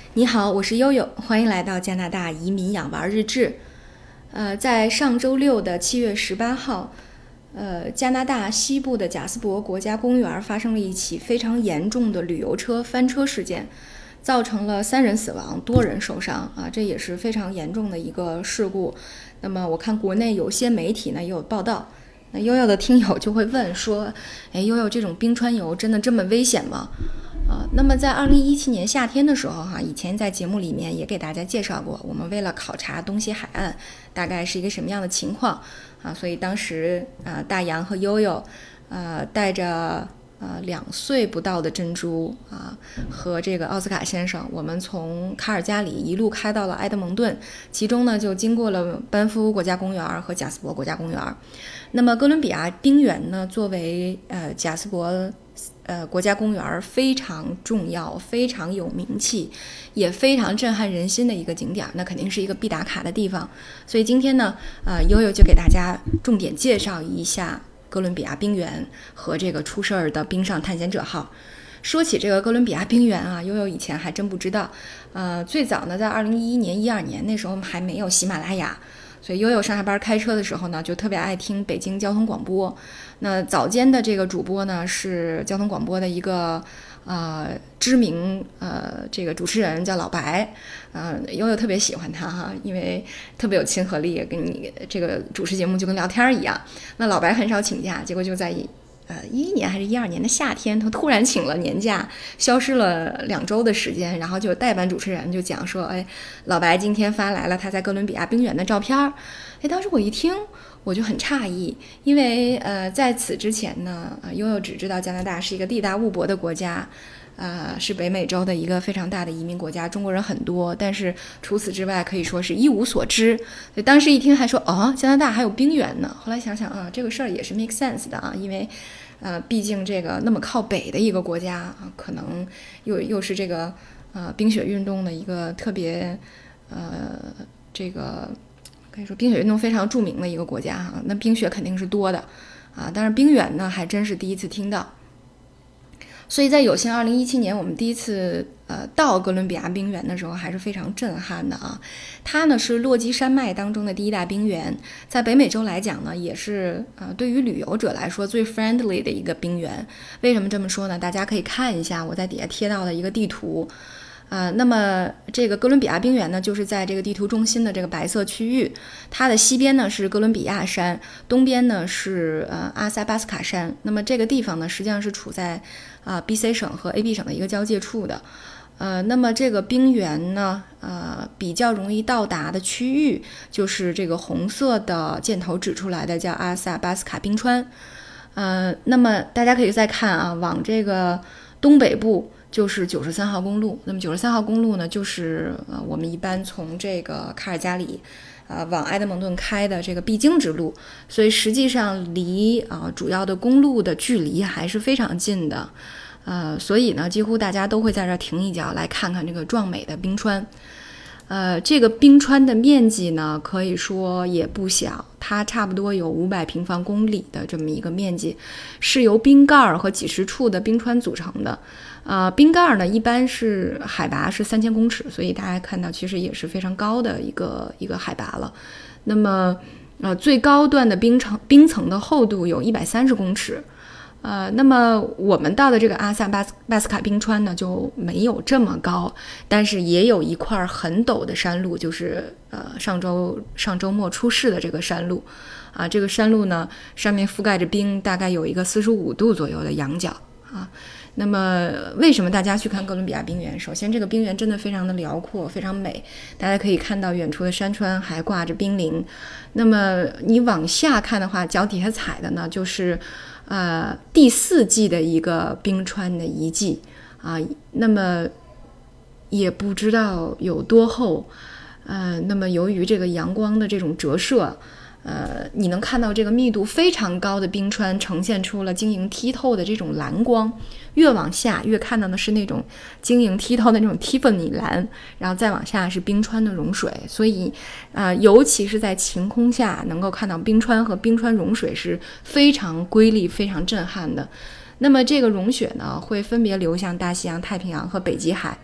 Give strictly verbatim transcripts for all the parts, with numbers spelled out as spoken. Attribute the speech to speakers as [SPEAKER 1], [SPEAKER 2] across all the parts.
[SPEAKER 1] 你好，我是悠悠，欢迎来到加拿大移民养娃日志。呃，在上周六的七月十八号，呃，加拿大西部的贾斯伯国家公园发生了一起非常严重的旅游车翻车事件，造成了三人死亡，多人受伤啊，这也是非常严重的一个事故。那么我看国内有些媒体呢也有报道，那悠悠的听友就会问说，哎，悠悠这种冰川游真的这么危险吗？啊，那么在二零一七年夏天的时候哈、啊，以前在节目里面也给大家介绍过，我们为了考察东西海岸大概是一个什么样的情况啊，所以当时啊大洋和悠悠呃带着呃两岁不到的珍珠啊和这个奥斯卡先生，我们从卡尔加里一路开到了埃德蒙顿，其中呢就经过了班夫国家公园和贾斯伯国家公园。那么哥伦比亚冰原呢，作为呃贾斯伯呃，国家公园非常重要、非常有名气，也非常震撼人心的一个景点，那肯定是一个必打卡的地方。所以今天呢，呃，悠悠就给大家重点介绍一下哥伦比亚冰原和这个出事儿的冰上探险者号。说起这个哥伦比亚冰原啊，悠悠以前还真不知道。呃，最早呢，在二零一一年、一二年那时候还没有喜马拉雅。所以悠悠上下班开车的时候呢，就特别爱听北京交通广播。那早间的这个主播呢，是交通广播的一个呃知名呃这个主持人叫老白，呃悠悠特别喜欢他哈，因为特别有亲和力，跟你这个主持节目就跟聊天一样。那老白很少请假，结果就在呃，一一年还是一二年的夏天，他突然请了年假，消失了两周的时间，然后就代班主持人就讲说，哎，老白今天发来了他在哥伦比亚冰原的照片。哎，当时我一听，我就很诧异，因为呃，在此之前呢，呃，悠悠只知道加拿大是一个地大物博的国家，呃，是北美洲的一个非常大的移民国家，中国人很多，但是除此之外可以说是一无所知。所以当时一听还说，哦，加拿大还有冰原呢。后来想想啊，这个事儿也是 make sense 的啊，因为呃，毕竟这个那么靠北的一个国家啊，可能又又是这个呃冰雪运动的一个特别呃这个可以说冰雪运动非常著名的一个国家哈、啊，那冰雪肯定是多的啊，但是冰原呢还真是第一次听到。所以在有幸二零一七年我们第一次呃到哥伦比亚冰原的时候还是非常震撼的啊。它呢是落基山脉当中的第一大冰原，在北美洲来讲呢也是呃对于旅游者来说最 friendly 的一个冰原。为什么这么说呢？大家可以看一下我在底下贴到的一个地图。呃，那么这个哥伦比亚冰原呢，就是在这个地图中心的这个白色区域，它的西边呢是哥伦比亚山，东边呢是呃阿萨巴斯卡山。那么这个地方呢，实际上是处在啊、呃、B C 省和 A B 省的一个交界处的。呃，那么这个冰原呢，呃，比较容易到达的区域就是这个红色的箭头指出来的叫阿萨巴斯卡冰川。呃，那么大家可以再看啊，往这个东北部就是九十三号公路。那么九十三号公路呢，就是呃我们一般从这个卡尔加里呃往埃德蒙顿开的这个必经之路，所以实际上离啊、呃、主要的公路的距离还是非常近的。呃，所以呢，几乎大家都会在这儿停一脚，来看看这个壮美的冰川。呃，这个冰川的面积呢，可以说也不小，它差不多有五百平方公里的这么一个面积，是由冰盖和几十处的冰川组成的。呃，冰盖呢，一般是海拔是三千公尺，所以大家看到其实也是非常高的一个一个海拔了。那么，呃，最高段的冰层冰层的厚度有一百三十公尺。呃，那么我们到的这个阿萨巴斯巴斯卡冰川呢，就没有这么高，但是也有一块很陡的山路，就是呃上周上周末出事的这个山路，啊，这个山路呢上面覆盖着冰，大概有一个四十五度左右的仰角啊。那么为什么大家去看哥伦比亚冰原？首先，这个冰原真的非常的辽阔，非常美，大家可以看到远处的山川还挂着冰凌。那么你往下看的话，脚底下踩的呢就是呃第四纪的一个冰川的遗迹啊，那么也不知道有多厚。呃，那么由于这个阳光的这种折射，呃，你能看到这个密度非常高的冰川呈现出了晶莹剔透的这种蓝光，越往下越看到的是那种晶莹剔透的那种 Tiffany 蓝，然后再往下是冰川的融水，所以呃，尤其是在晴空下能够看到冰川和冰川融水是非常瑰丽非常震撼的。那么这个融雪呢会分别流向大西洋、太平洋和北极海。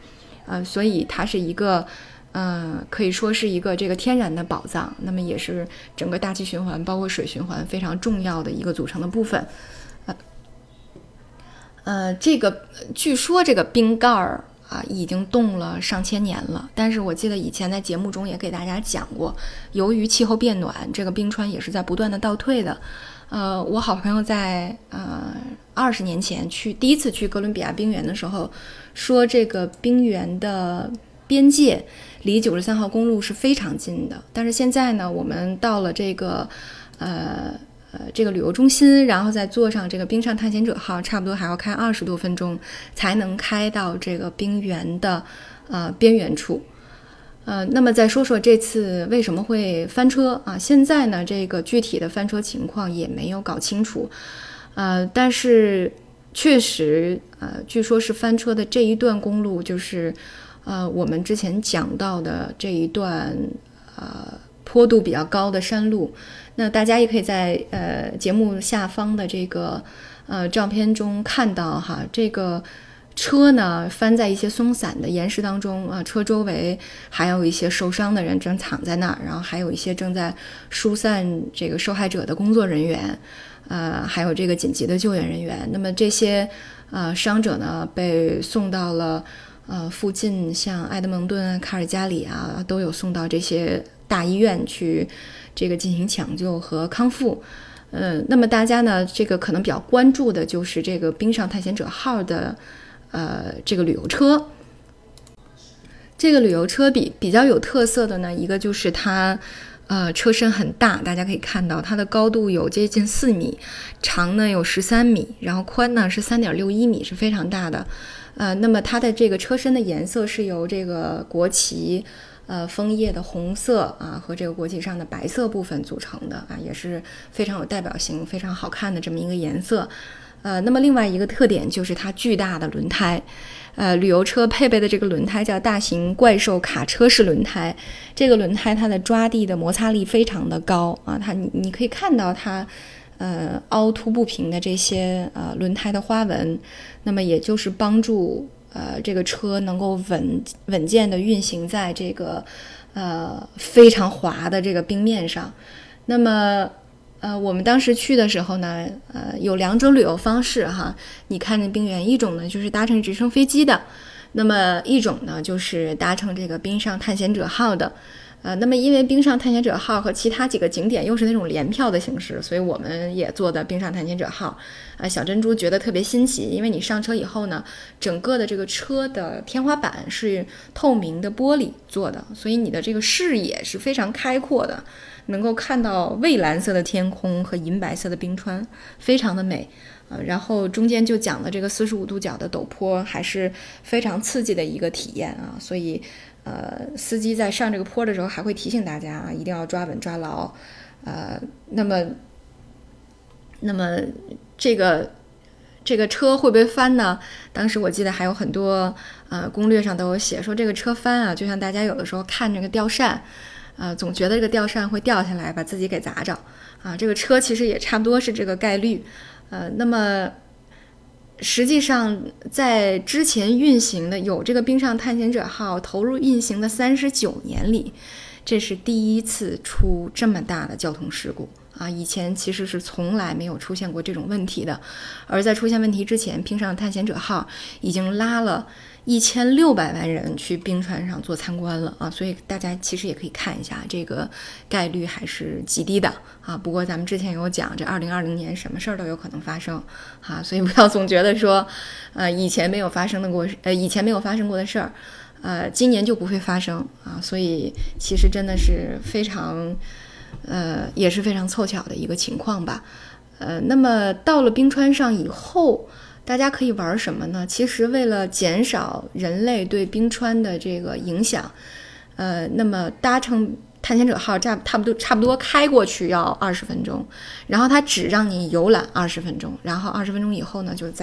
[SPEAKER 1] 呃，所以它是一个呃，可以说是一个这个天然的宝藏，那么也是整个大气循环包括水循环非常重要的一个组成的部分。呃，呃这个据说这个冰盖儿啊，已经冻了上千年了。但是我记得以前在节目中也给大家讲过，由于气候变暖，这个冰川也是在不断的倒退的。呃，我好朋友在呃二十年前去第一次去哥伦比亚冰原的时候，说这个冰原的边界离九十三号公路是非常近的。但是现在呢，我们到了这个呃。呃，这个旅游中心，然后再坐上这个冰上探险者号，差不多还要开二十多分钟才能开到这个冰原的呃边缘处。呃，那么再说说这次为什么会翻车啊？现在呢，这个具体的翻车情况也没有搞清楚。呃，但是确实，呃，据说是翻车的这一段公路，就是呃我们之前讲到的这一段呃坡度比较高的山路。那大家也可以在呃节目下方的这个呃照片中看到哈，这个车呢翻在一些松散的岩石当中啊，车周围还有一些受伤的人正躺在那儿，然后还有一些正在疏散这个受害者的工作人员，呃，还有这个紧急的救援人员。那么这些呃伤者呢被送到了呃附近，像埃德蒙顿、卡尔加里啊，都有送到这些大医院去。这个进行抢救和康复，呃，那么大家呢，这个可能比较关注的就是这个冰上探险者号的，呃，这个旅游车。这个旅游车比比较有特色的呢，一个就是它，呃，车身很大，大家可以看到它的高度有接近四米，长呢有十三米，然后宽呢是三点六一米，是非常大的。呃，那么它的这个车身的颜色是由这个国旗。呃，枫叶的红色啊和这个国旗上的白色部分组成的啊，也是非常有代表性、非常好看的这么一个颜色。呃，那么另外一个特点就是它巨大的轮胎。呃，旅游车配备的这个轮胎叫大型怪兽卡车式轮胎。这个轮胎它的抓地的摩擦力非常的高啊，它你你可以看到它呃凹凸不平的这些呃轮胎的花纹，那么也就是帮助。呃，这个车能够稳稳健地运行在这个呃非常滑的这个冰面上。那么，呃，我们当时去的时候呢，呃，有两种旅游方式哈。你看这冰原，一种呢就是搭乘直升飞机的，那么一种呢就是搭乘这个冰上探险者号的。呃，那么因为冰上探险者号和其他几个景点又是那种联票的形式，所以我们也坐的冰上探险者号。呃，小珍珠觉得特别新奇，因为你上车以后呢，整个的这个车的天花板是透明的玻璃做的，所以你的这个视野是非常开阔的，能够看到蔚蓝色的天空和银白色的冰川，非常的美。呃，然后中间就讲了这个四十五度角的陡坡，还是非常刺激的一个体验啊，所以。呃，司机在上这个坡的时候还会提醒大家啊，一定要抓稳抓牢。呃，那么，那么这个这个车会不会翻呢？当时我记得还有很多呃攻略上都有写说，这个车翻啊，就像大家有的时候看这个吊扇，呃，总觉得这个吊扇会掉下来把自己给砸着啊。这个车其实也差不多是这个概率。呃，那么。实际上，在之前运行的有这个冰上探险者号投入运行的三十九年里，这是第一次出这么大的交通事故啊！以前其实是从来没有出现过这种问题的。而在出现问题之前，冰上探险者号已经拉了一千六百万人去冰川上做参观了啊！所以大家其实也可以看一下，这个概率还是极低的啊。不过咱们之前有讲，这二零二零年什么事儿都有可能发生啊，所以不要总觉得说，呃，以前没有发生的过，呃，以前没有发生过的事儿，呃，今年就不会发生啊。所以其实真的是非常，呃，也是非常凑巧的一个情况吧。呃，那么到了冰川上以后。大家可以玩什么呢？其实为了减少人类对冰川的这个影响，呃，那么搭乘探险者号差差不多差不多开过去要二十分钟，然后它只让你游览二十分钟，然后二十分钟以后呢，就再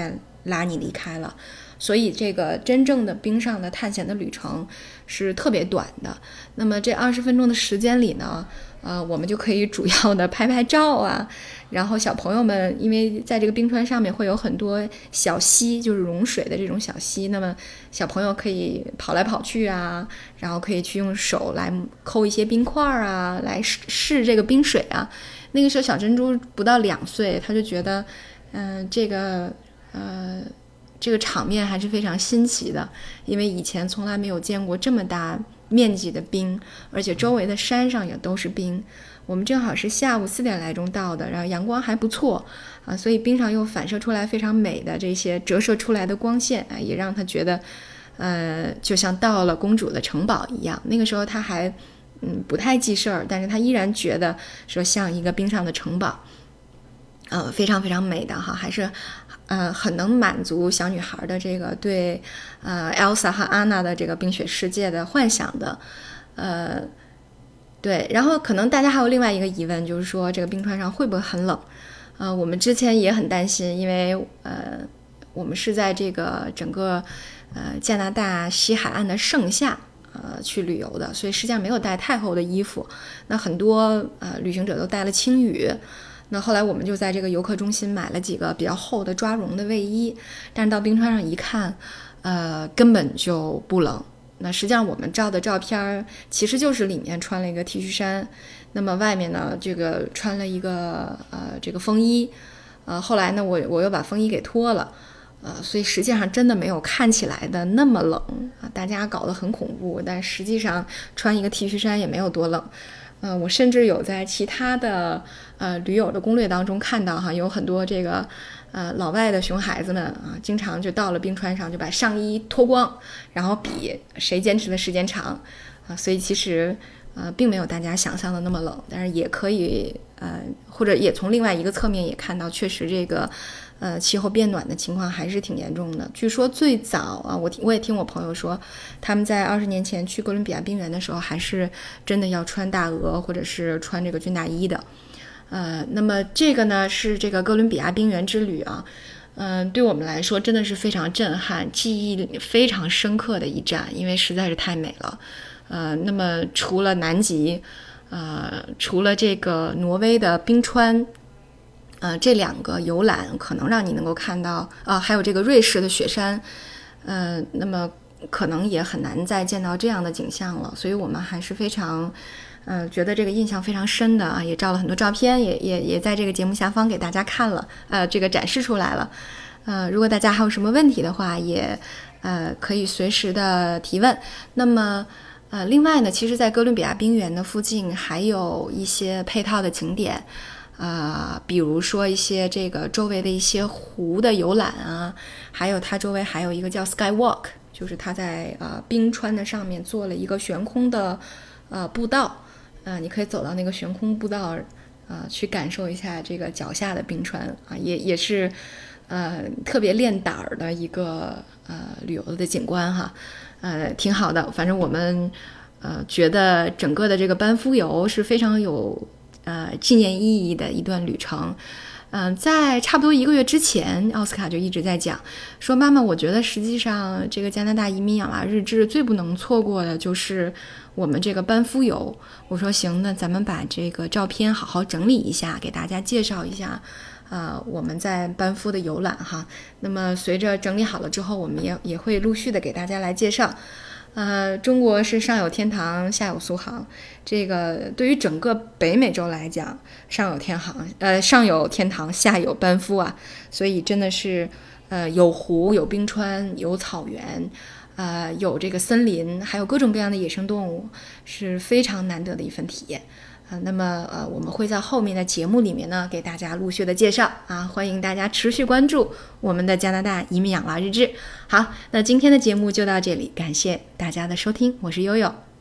[SPEAKER 1] 拉你离开了。所以这个真正的冰上的探险的旅程是特别短的。那么这二十分钟的时间里呢，呃，我们就可以主要的拍拍照啊，然后小朋友们因为在这个冰川上面会有很多小溪，就是融水的这种小溪，那么小朋友可以跑来跑去啊，然后可以去用手来抠一些冰块啊，来试试这个冰水啊。那个时候小珍珠不到两岁，他就觉得嗯、呃，这个呃这个场面还是非常新奇的，因为以前从来没有见过这么大面积的冰，而且周围的山上也都是冰。我们正好是下午四点来钟到的，然后阳光还不错啊，所以冰上又反射出来非常美的这些折射出来的光线啊，也让他觉得呃，就像到了公主的城堡一样。那个时候他还嗯不太记事儿，但是他依然觉得说像一个冰上的城堡，呃，非常非常美的哈，还是呃很能满足小女孩的这个对呃 Elsa 和 Anna 的这个冰雪世界的幻想的，呃，对。然后可能大家还有另外一个疑问，就是说这个冰川上会不会很冷？呃，我们之前也很担心，因为呃我们是在这个整个呃加拿大西海岸的盛夏呃去旅游的，所以实际上没有带太厚的衣服。那很多呃旅行者都带了轻雨。那后来我们就在这个游客中心买了几个比较厚的抓绒的卫衣，但是到冰川上一看，呃，根本就不冷。那实际上我们照的照片其实就是里面穿了一个 T 恤衫，那么外面呢这个穿了一个呃这个风衣，呃后来呢我我又把风衣给脱了，呃所以实际上真的没有看起来的那么冷啊，大家搞得很恐怖，但实际上穿一个 T 恤衫也没有多冷。呃，我甚至有在其他的呃驴友的攻略当中看到哈，有很多这个呃老外的熊孩子们啊，经常就到了冰川上就把上衣脱光，然后比谁坚持的时间长啊，所以其实呃并没有大家想象的那么冷，但是也可以呃或者也从另外一个侧面也看到，确实这个呃气候变暖的情况还是挺严重的。据说最早啊，我我也听我朋友说，他们在二十年前去哥伦比亚冰原的时候，还是真的要穿大鹅或者是穿这个军大衣的。呃，那么这个呢是这个哥伦比亚冰原之旅啊，嗯、呃，对我们来说真的是非常震撼、记忆非常深刻的一站，因为实在是太美了。呃，那么除了南极，呃，除了这个挪威的冰川。呃，这两个游览可能让你能够看到啊、呃，还有这个瑞士的雪山，呃，那么可能也很难再见到这样的景象了，所以我们还是非常，呃，觉得这个印象非常深的啊，也照了很多照片，也也也在这个节目下方给大家看了，呃，这个展示出来了，呃，如果大家还有什么问题的话，也呃可以随时的提问。那么。呃，另外呢，其实在哥伦比亚冰原的附近还有一些配套的景点。呃，比如说一些这个周围的一些湖的游览啊，还有它周围还有一个叫 Skywalk， 就是它在呃冰川的上面做了一个悬空的呃步道，呃，你可以走到那个悬空步道，呃，去感受一下这个脚下的冰川啊，也也是呃特别练胆儿的一个呃旅游的景观哈，呃，挺好的。反正我们呃觉得整个的这个班夫游是非常有。呃，纪念意义的一段旅程。嗯、呃，在差不多一个月之前，奥斯卡就一直在讲说，妈妈，我觉得实际上这个加拿大移民养娃日志最不能错过的就是我们这个班夫游。我说行，那咱们把这个照片好好整理一下，给大家介绍一下。呃，我们在班夫的游览哈。那么随着整理好了之后，我们也也会陆续的给大家来介绍。呃，中国是上有天堂，下有苏杭。这个对于整个北美洲来讲，上有天堂，呃，上有天堂，下有班夫啊。所以真的是，呃，有湖，有冰川，有草原，呃，有这个森林，还有各种各样的野生动物，是非常难得的一份体验。啊，那么呃，我们会在后面的节目里面呢，给大家陆续的介绍啊，欢迎大家持续关注我们的加拿大移民养娃日志。好，那今天的节目就到这里，感谢大家的收听，我是悠悠。